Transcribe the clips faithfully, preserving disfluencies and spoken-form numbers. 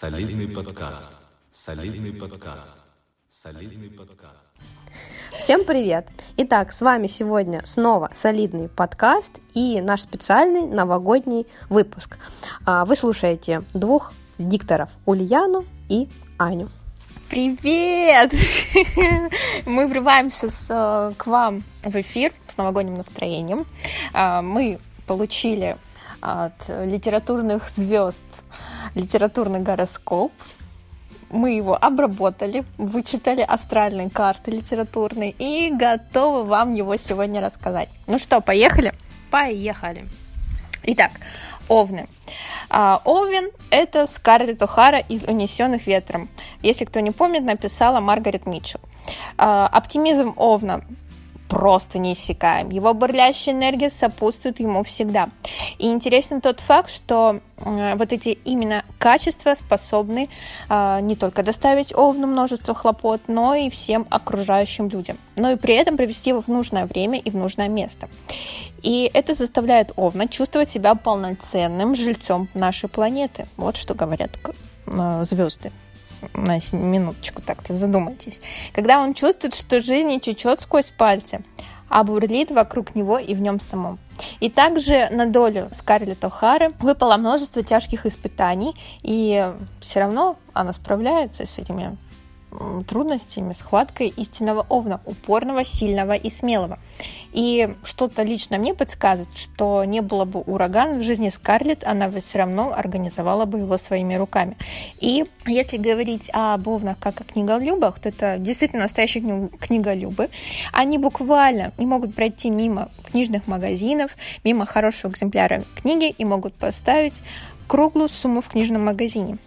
Солидный подкаст. Солидный подкаст. Солидный подкаст. Всем привет! Итак, с вами сегодня снова солидный подкаст и наш специальный новогодний выпуск. Вы слушаете двух дикторов, Ульяну и Аню. Привет! Мы врываемся с, к вам в эфир с новогодним настроением. Мы получили от литературных звезд литературный гороскоп. Мы его обработали, вычитали астральные карты литературные и готовы вам его сегодня рассказать. Ну что, поехали? Поехали! Итак, овны. А, Овен – это Скарлетт О'Хара из «Унесенных ветром». Если кто не помнит, написала Маргарет Митчелл. А, оптимизм Овна просто неиссякаем. Его бурлящая энергия сопутствует ему всегда. И интересен тот факт, что э, вот эти именно качества способны э, не только доставить Овну множество хлопот, но и всем окружающим людям. Но и при этом привести его в нужное время и в нужное место. И это заставляет Овна чувствовать себя полноценным жильцом нашей планеты. Вот что говорят э, звезды. На минуточку так-то задумайтесь. Когда он чувствует, что жизнь не течет сквозь пальцы, а бурлит вокруг него и в нем самом. И также на долю Скарлетт О'Хары выпало множество тяжких испытаний, и все равно она справляется с этими трудностями, схваткой истинного Овна, упорного, сильного и смелого. И что-то лично мне подсказывает, что не было бы урагана в жизни Скарлетт, она бы все равно организовала бы его своими руками. И если говорить об Овнах как о книголюбах, то это действительно настоящие книголюбы. Они буквально не могут пройти мимо книжных магазинов, мимо хорошего экземпляра книги и могут поставить круглую сумму в книжном магазине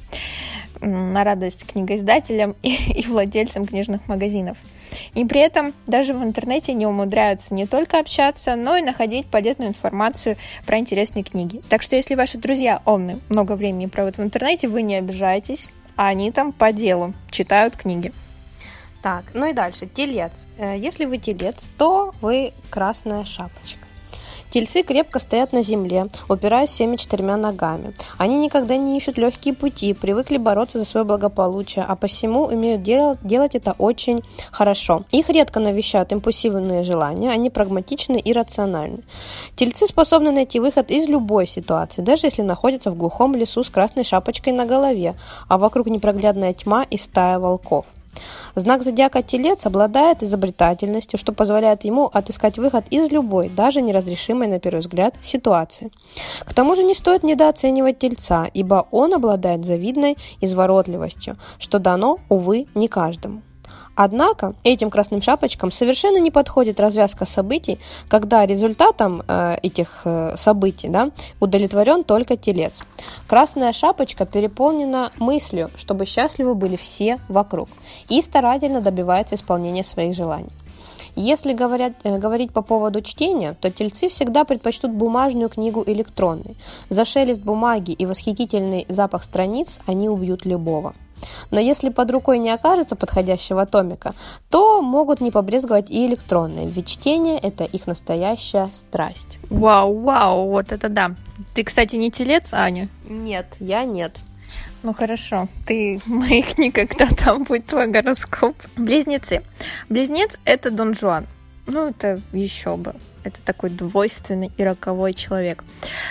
на радость книгоиздателям и, и владельцам книжных магазинов. И при этом даже в интернете не умудряются не только общаться, но и находить полезную информацию про интересные книги. Так что если ваши друзья овны много времени проводят в интернете, вы не обижайтесь, а они там по делу читают книги. Так, ну и дальше. Телец. Если вы телец, то вы красная шапочка. Тельцы крепко стоят на земле, упираясь всеми четырьмя ногами. Они никогда не ищут легкие пути, привыкли бороться за свое благополучие, а посему умеют делать, делать это очень хорошо. Их редко навещают импульсивные желания, они прагматичны и рациональны. Тельцы способны найти выход из любой ситуации, даже если находятся в глухом лесу с красной шапочкой на голове, а вокруг непроглядная тьма и стая волков. Знак зодиака Телец обладает изобретательностью, что позволяет ему отыскать выход из любой, даже неразрешимой на первый взгляд, ситуации. К тому же не стоит недооценивать Тельца, ибо он обладает завидной изворотливостью, что дано, увы, не каждому. Однако этим красным шапочкам совершенно не подходит развязка событий, когда результатом э, этих э, событий да, удовлетворен только телец. Красная шапочка переполнена мыслью, чтобы счастливы были все вокруг, и старательно добивается исполнения своих желаний. Если говорят, э, говорить по поводу чтения, то тельцы всегда предпочтут бумажную книгу электронной. За шелест бумаги и восхитительный запах страниц они убьют любого. Но если под рукой не окажется подходящего томика, то могут не побрезговать и электронные, ведь чтение – это их настоящая страсть. Вау, вау, вот это да. Ты, кстати, не телец, Аня? Нет, я нет. Ну хорошо, ты моих никогда, там будет твой гороскоп. Близнецы. Близнец – это Дон Жуан. Ну, это еще бы. Это такой двойственный и роковой человек.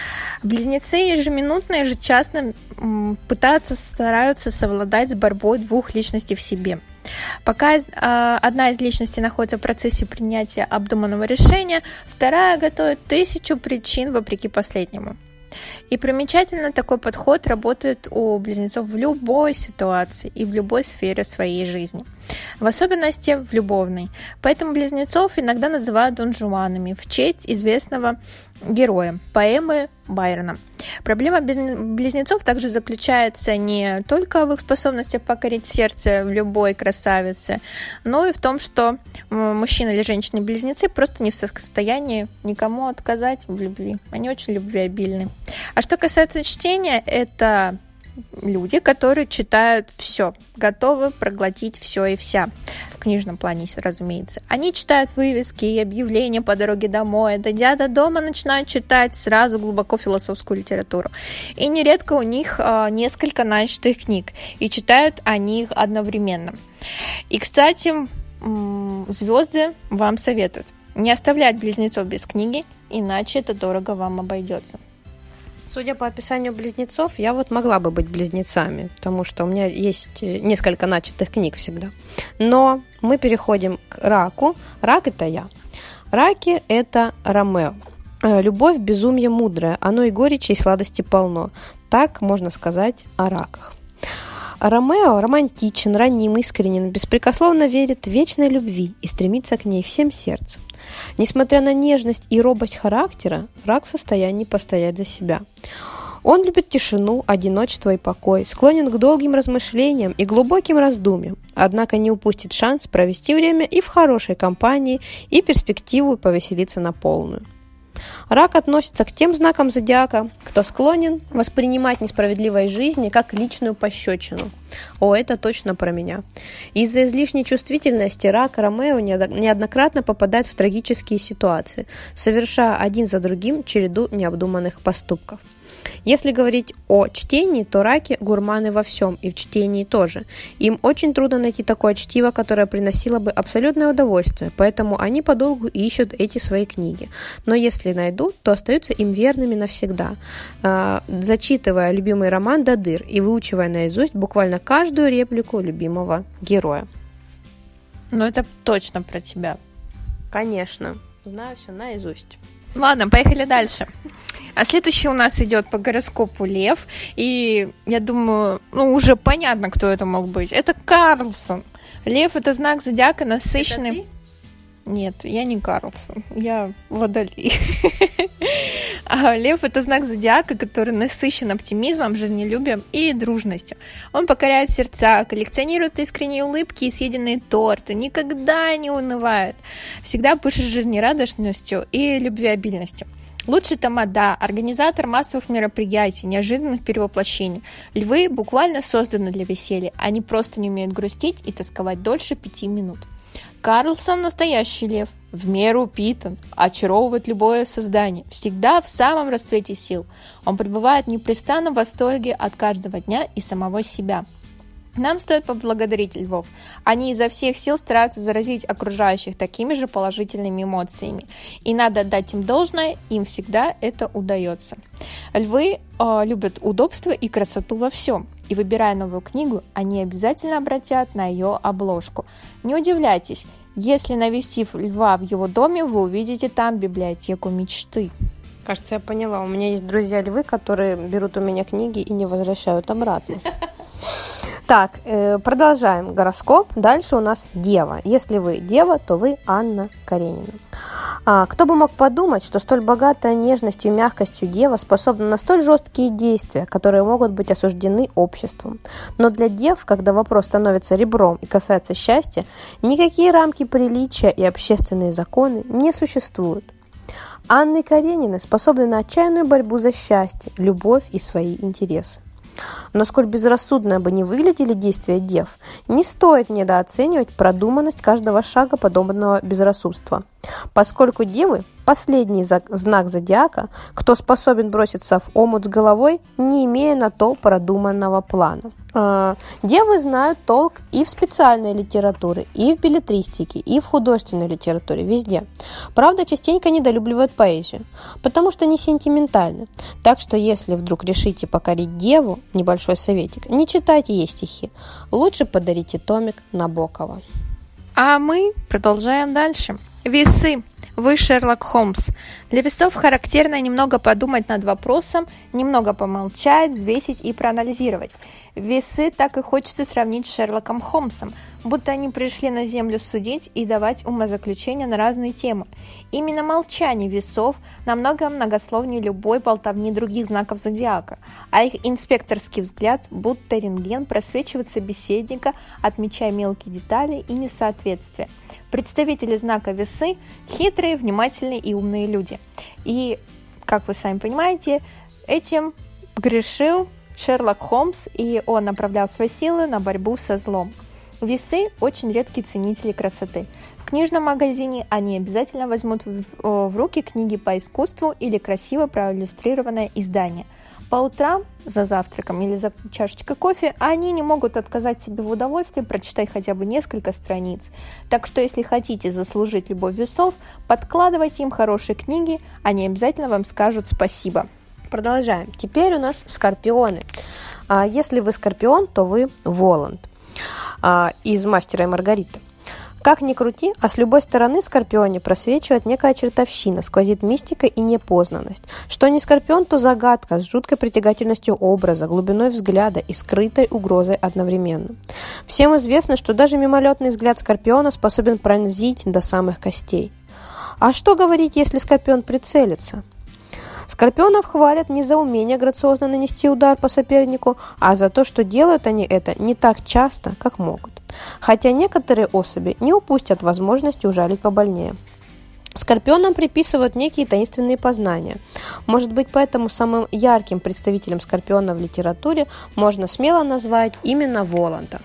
Близнецы ежеминутно, ежечасно пытаются, стараются совладать с борьбой двух личностей в себе. Пока э, одна из личностей находится в процессе принятия обдуманного решения, вторая готовит тысячу причин вопреки последнему. И примечательно, такой подход работает у близнецов в любой ситуации и в любой сфере своей жизни, в особенности в любовной. Поэтому близнецов иногда называют Дон Жуанами в честь известного героя поэмы Байрона. Проблема близнецов также заключается не только в их способности покорить сердце в любой красавице, но и в том, что мужчина или женщины-близнецы просто не в состоянии никому отказать в любви. Они очень любвеобильны. А что касается чтения, это люди, которые читают все, готовы проглотить все и вся. в книжном плане, разумеется. Они читают вывески и объявления по дороге домой, дойдя до дома, начинают читать сразу глубоко философскую литературу. И нередко у них э, несколько начатых книг, и читают они их одновременно. И, кстати, м- звезды вам советуют не оставлять близнецов без книги, иначе это дорого вам обойдется. Судя по описанию близнецов, я вот могла бы быть близнецами, потому что у меня есть несколько начатых книг всегда. Но мы переходим к раку. Рак – это я. Раки – это Ромео. Любовь – безумие мудрое, оно и горечи, и сладости полно. Так можно сказать о раках. Ромео романтичен, раним, искренен, беспрекословно верит в вечной любви и стремится к ней всем сердцем. Несмотря на нежность и робость характера, рак в состоянии постоять за себя. Он любит тишину, одиночество и покой, склонен к долгим размышлениям и глубоким раздумьям, однако не упустит шанс провести время и в хорошей компании, и перспективу повеселиться на полную. Рак относится к тем знакам зодиака, кто склонен воспринимать несправедливость жизни как личную пощечину. О, это точно про меня. Из-за излишней чувствительности рак Ромео неоднократно попадает в трагические ситуации, совершая один за другим череду необдуманных поступков. Если говорить о чтении, то раки – гурманы во всем, и в чтении тоже. Им очень трудно найти такое чтиво, которое приносило бы абсолютное удовольствие, поэтому они подолгу ищут эти свои книги. Но если найдут, то остаются им верными навсегда, э, зачитывая любимый роман до дыр и выучивая наизусть буквально каждую реплику любимого героя. Ну, это точно про тебя. Конечно, знаю все наизусть. Ладно, поехали дальше. А следующий у нас идет по гороскопу Лев. И я думаю, ну уже понятно, кто это мог быть. Это Карлсон. Лев — это знак зодиака насыщенный. Это ты? Нет, я не Карлсон, я Водолей. А Лев — это знак зодиака, который насыщен оптимизмом, жизнелюбием и дружностью. Он покоряет сердца, коллекционирует искренние улыбки и съеденные торты, никогда не унывает, всегда пышет жизнерадостностью и любвеобильностью. Лучший тамада, организатор массовых мероприятий, неожиданных перевоплощений. Львы буквально созданы для веселья, они просто не умеют грустить и тосковать дольше пяти минут. Карлсон – настоящий лев, в меру упитан, очаровывает любое создание, всегда в самом расцвете сил. Он пребывает в непрестанном восторге от каждого дня и самого себя. Нам стоит поблагодарить львов. Они изо всех сил стараются заразить окружающих такими же положительными эмоциями. И надо отдать им должное, им всегда это удается. Львы э, любят удобство и красоту во всем. И выбирая новую книгу, они обязательно обратят на ее обложку. Не удивляйтесь, если, навестив льва в его доме, вы увидите там библиотеку мечты. Кажется, я поняла. У меня есть друзья-львы, которые берут у меня книги и не возвращают обратно. Так, продолжаем гороскоп. Дальше у нас Дева. Если вы Дева, то вы Анна Каренина. А, кто бы мог подумать, что столь богатая нежностью и мягкостью Дева способна на столь жесткие действия, которые могут быть осуждены обществом. Но для Дев, когда вопрос становится ребром и касается счастья, никакие рамки приличия и общественные законы не существуют. Анны Каренины способны на отчаянную борьбу за счастье, любовь и свои интересы. Но сколь безрассудно бы ни выглядели действия Дев, не стоит недооценивать продуманность каждого шага подобного безрассудства. Поскольку Девы – последний знак зодиака, кто способен броситься в омут с головой, не имея на то продуманного плана. Девы знают толк и в специальной литературе, и в беллетристике, и в художественной литературе, везде. Правда, частенько недолюбливают поэзию, потому что не сентиментальны. Так что, если вдруг решите покорить Деву, небольшой советик, не читайте ей стихи. Лучше подарите томик Набокова. А мы продолжаем дальше. Весы. Вы Шерлок Холмс. Для весов характерно немного подумать над вопросом, немного помолчать, взвесить и проанализировать. Весы так и хочется сравнить с Шерлоком Холмсом, будто они пришли на землю судить и давать умозаключения на разные темы. Именно молчание весов намного многословнее любой болтовни других знаков зодиака, а их инспекторский взгляд, будто рентген, просвечивает собеседника, отмечая мелкие детали и несоответствия. Представители знака Весы – хитрые, внимательные и умные люди. И, как вы сами понимаете, этим грешил Шерлок Холмс, и он направлял свои силы на борьбу со злом. Весы – очень редкие ценители красоты. В книжном магазине они обязательно возьмут в, в руки книги по искусству или красиво проиллюстрированное издание. По утрам за завтраком или за чашечкой кофе они не могут отказать себе в удовольствии прочитать хотя бы несколько страниц. Так что если хотите заслужить любовь весов, подкладывайте им хорошие книги, они обязательно вам скажут спасибо. Продолжаем. Теперь у нас скорпионы. Если вы скорпион, то вы Воланд из «Мастера и Маргариты». Как ни крути, а с любой стороны в Скорпионе просвечивает некая чертовщина, сквозит мистика и непознанность. Что не Скорпион, то загадка с жуткой притягательностью образа, глубиной взгляда и скрытой угрозой одновременно. Всем известно, что даже мимолетный взгляд Скорпиона способен пронзить до самых костей. А что говорить, если Скорпион прицелится? Скорпионов хвалят не за умение грациозно нанести удар по сопернику, а за то, что делают они это не так часто, как могут. Хотя некоторые особи не упустят возможности ужалить побольнее. Скорпионам приписывают некие таинственные познания. Может быть, поэтому самым ярким представителем скорпиона в литературе можно смело назвать именно Воланда.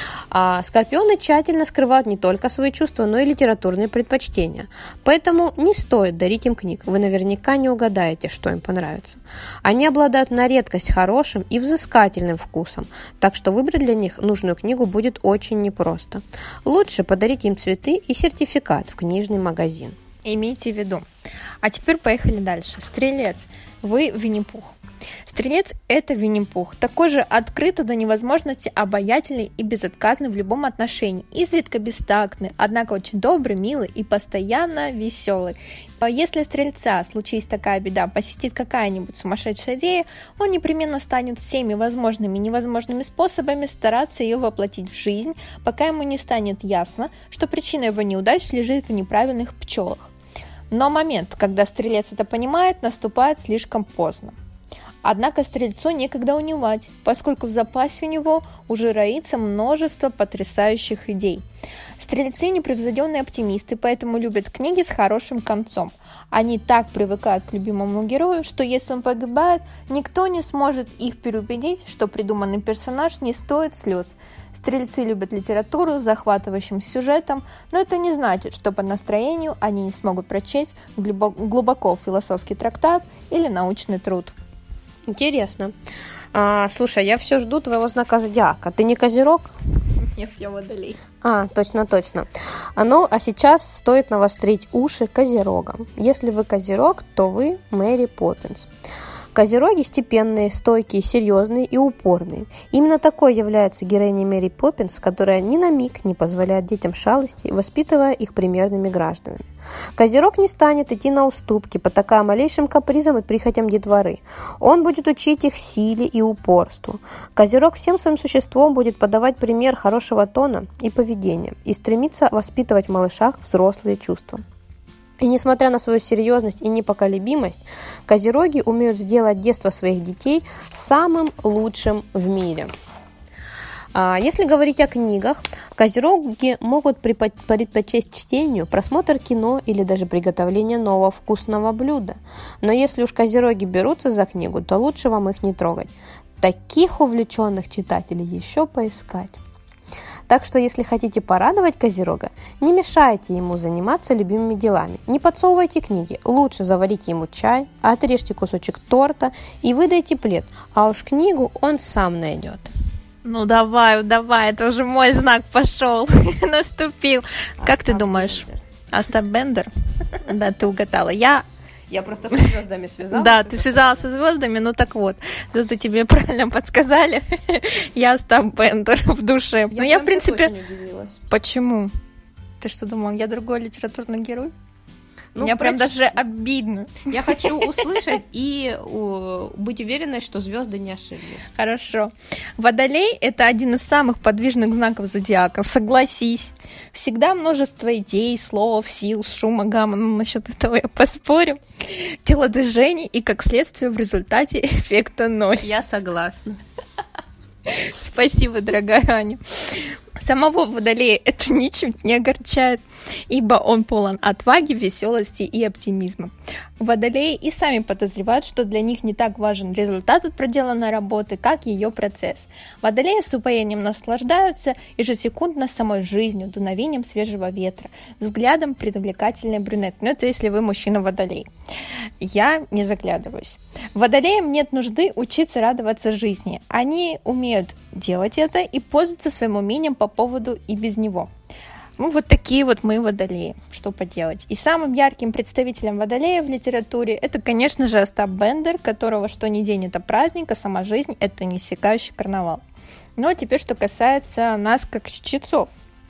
А скорпионы тщательно скрывают не только свои чувства, но и литературные предпочтения. Поэтому не стоит дарить им книг. Вы наверняка не угадаете, что им понравится. Они обладают на редкость хорошим и взыскательным вкусом, так что выбрать для них нужную книгу будет очень непросто. Лучше подарить им цветы и сертификат в книжный магазин. Имейте в виду. А теперь поехали дальше. Стрелец. Вы Винни-Пух. Стрелец – это Винни-Пух, такой же открыто до невозможности обаятельный и безотказный в любом отношении, изредка бестактный, однако очень добрый, милый и постоянно веселый. Если стрельца, случись такая беда, посетит какая-нибудь сумасшедшая идея, он непременно станет всеми возможными и невозможными способами стараться ее воплотить в жизнь, пока ему не станет ясно, что причина его неудач лежит в неправильных пчелах. Но момент, когда стрелец это понимает, наступает слишком поздно. Однако стрельцу некогда унывать, поскольку в запасе у него уже роится множество потрясающих идей. Стрельцы – непревзойденные оптимисты, поэтому любят книги с хорошим концом. Они так привыкают к любимому герою, что если он погибает, никто не сможет их переубедить, что придуманный персонаж не стоит слез. Стрельцы любят литературу с захватывающим сюжетом, но это не значит, что по настроению они не смогут прочесть глубоко философский трактат или научный труд. Интересно. А, слушай, я все жду твоего знака зодиака. Ты не Козерог? Нет, я Водолей. А, точно, точно. А ну, а сейчас стоит навострить уши Козерогам. Если вы Козерог, то вы Мэри Поппинс. Козероги степенные, стойкие, серьезные и упорные. Именно такой является героиней Мэри Поппинс, которая ни на миг не позволяет детям шалости, воспитывая их примерными гражданами. Козерог не станет идти на уступки, потакая малейшим капризам и прихотям детворы. Он будет учить их силе и упорству. Козерог всем своим существом будет подавать пример хорошего тона и поведения и стремиться воспитывать в малышах взрослые чувства. И несмотря на свою серьезность и непоколебимость, козероги умеют сделать детство своих детей самым лучшим в мире. Если говорить о книгах, козероги могут предпочесть чтению, просмотр кино или даже приготовление нового вкусного блюда. Но если уж козероги берутся за книгу, то лучше вам их не трогать. Таких увлеченных читателей еще поискать. Так что, если хотите порадовать Козерога, не мешайте ему заниматься любимыми делами. Не подсовывайте книги, лучше заварите ему чай, отрежьте кусочек торта и выдайте плед, а уж книгу он сам найдет. Ну давай, давай, это уже мой знак пошел, наступил. Как ты думаешь? Остап Бендер? Да, ты угадала. Я... Я просто со звездами связалась. Да, ты связалась со звездами, ну так вот, звезды тебе правильно подсказали. Я Остап Бендер в душе. Я, ну, я в принципе... очень удивилась. Почему? Ты что думала, я другой литературный герой? Ну, Мне прям проч... даже обидно. Я хочу услышать и у... быть уверенной, что звезды не ошиблись. Хорошо. Водолей – это один из самых подвижных знаков зодиака, согласись. Всегда множество идей, слов, сил, шума, гамма. Ну, насчет этого я поспорю. Телодвижений и, как следствие, в результате эффекта ноль. Я согласна. Спасибо, дорогая Аня. Самого Водолея это ничуть не огорчает, ибо он полон отваги, веселости и оптимизма. Водолеи и сами подозревают, что для них не так важен результат от проделанной работы, как ее процесс. Водолеи с упоением наслаждаются ежесекундно самой жизнью, дуновением свежего ветра, взглядом привлекательной брюнетки. Ну, это если вы мужчина-водолей. Я не заглядываюсь. Водолеям нет нужды учиться радоваться жизни. Они умеют делать это и пользуются своим умением по поводу и без него. Ну, вот такие вот мы водолеи, что поделать. И самым ярким представителем водолея в литературе это, конечно же, Остап Бендер, которого что ни день это праздник, а сама жизнь это неиссякающий карнавал. Ну, а теперь, что касается нас, как чтецов.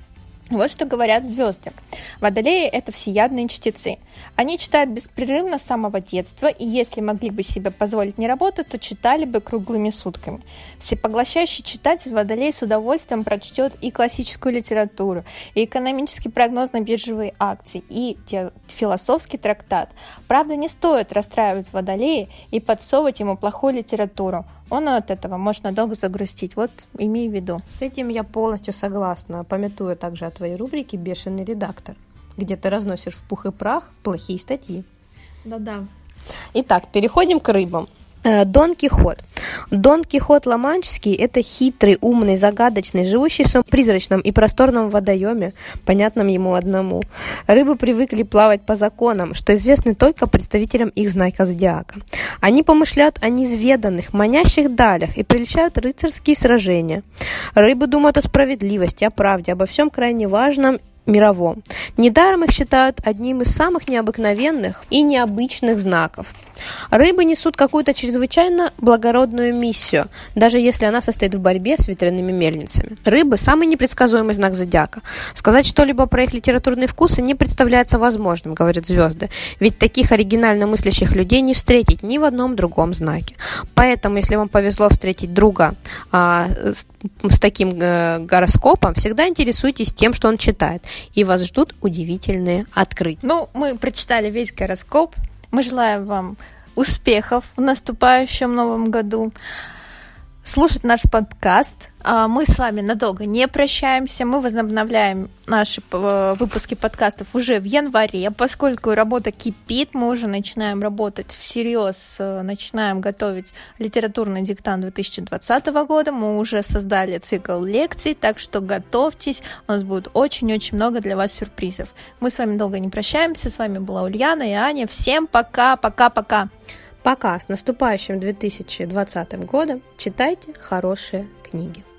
Вот что говорят звезды. Водолеи – это всеядные чтецы. Они читают беспрерывно с самого детства, и если могли бы себе позволить не работать, то читали бы круглыми сутками. Всепоглощающий читатель водолей с удовольствием прочтет и классическую литературу, и экономический прогноз на биржевые акции, и философский трактат. Правда, не стоит расстраивать водолея и подсовывать ему плохую литературу. Он от этого может надолго загрустить. Вот имей в виду. С этим я полностью согласна, памятуя также о твоей рубрике «Бешеный редактор», где ты разносишь в пух и прах плохие статьи. Да-да. Итак, переходим к рыбам. Дон Кихот. Дон Кихот Ла-Манческий – это хитрый, умный, загадочный, живущий в своем призрачном и просторном водоеме, понятном ему одному. Рыбы привыкли плавать по законам, что известны только представителям их знака зодиака. Они помышляют о неизведанных, манящих далях и прельщают рыцарские сражения. Рыбы думают о справедливости, о правде, обо всем крайне важном мировом. Недаром их считают одним из самых необыкновенных и необычных знаков. Рыбы несут какую-то чрезвычайно благородную миссию, даже если она состоит в борьбе с ветряными мельницами. Рыбы – самый непредсказуемый знак зодиака. Сказать что-либо про их литературные вкусы не представляется возможным, говорят звезды, ведь таких оригинально мыслящих людей не встретить ни в одном другом знаке. Поэтому, если вам повезло встретить друга а, с, с таким а, гороскопом, всегда интересуйтесь тем, что он читает, и вас ждут удивительные открытия. Ну, мы прочитали весь гороскоп. Мы желаем вам успехов в наступающем новом году. Слушать наш подкаст. Мы с вами надолго не прощаемся. Мы возобновляем наши выпуски подкастов уже в январе, поскольку работа кипит. Мы уже начинаем работать всерьез, начинаем готовить литературный диктант две тысячи двадцатого года. Мы уже создали цикл лекций, так что готовьтесь. У нас будет очень-очень много для вас сюрпризов. Мы с вами долго не прощаемся. С вами была Ульяна и Аня. Всем пока, пока-пока. Пока, с наступающим две тысячи двадцатым годом. Читайте хорошие книги.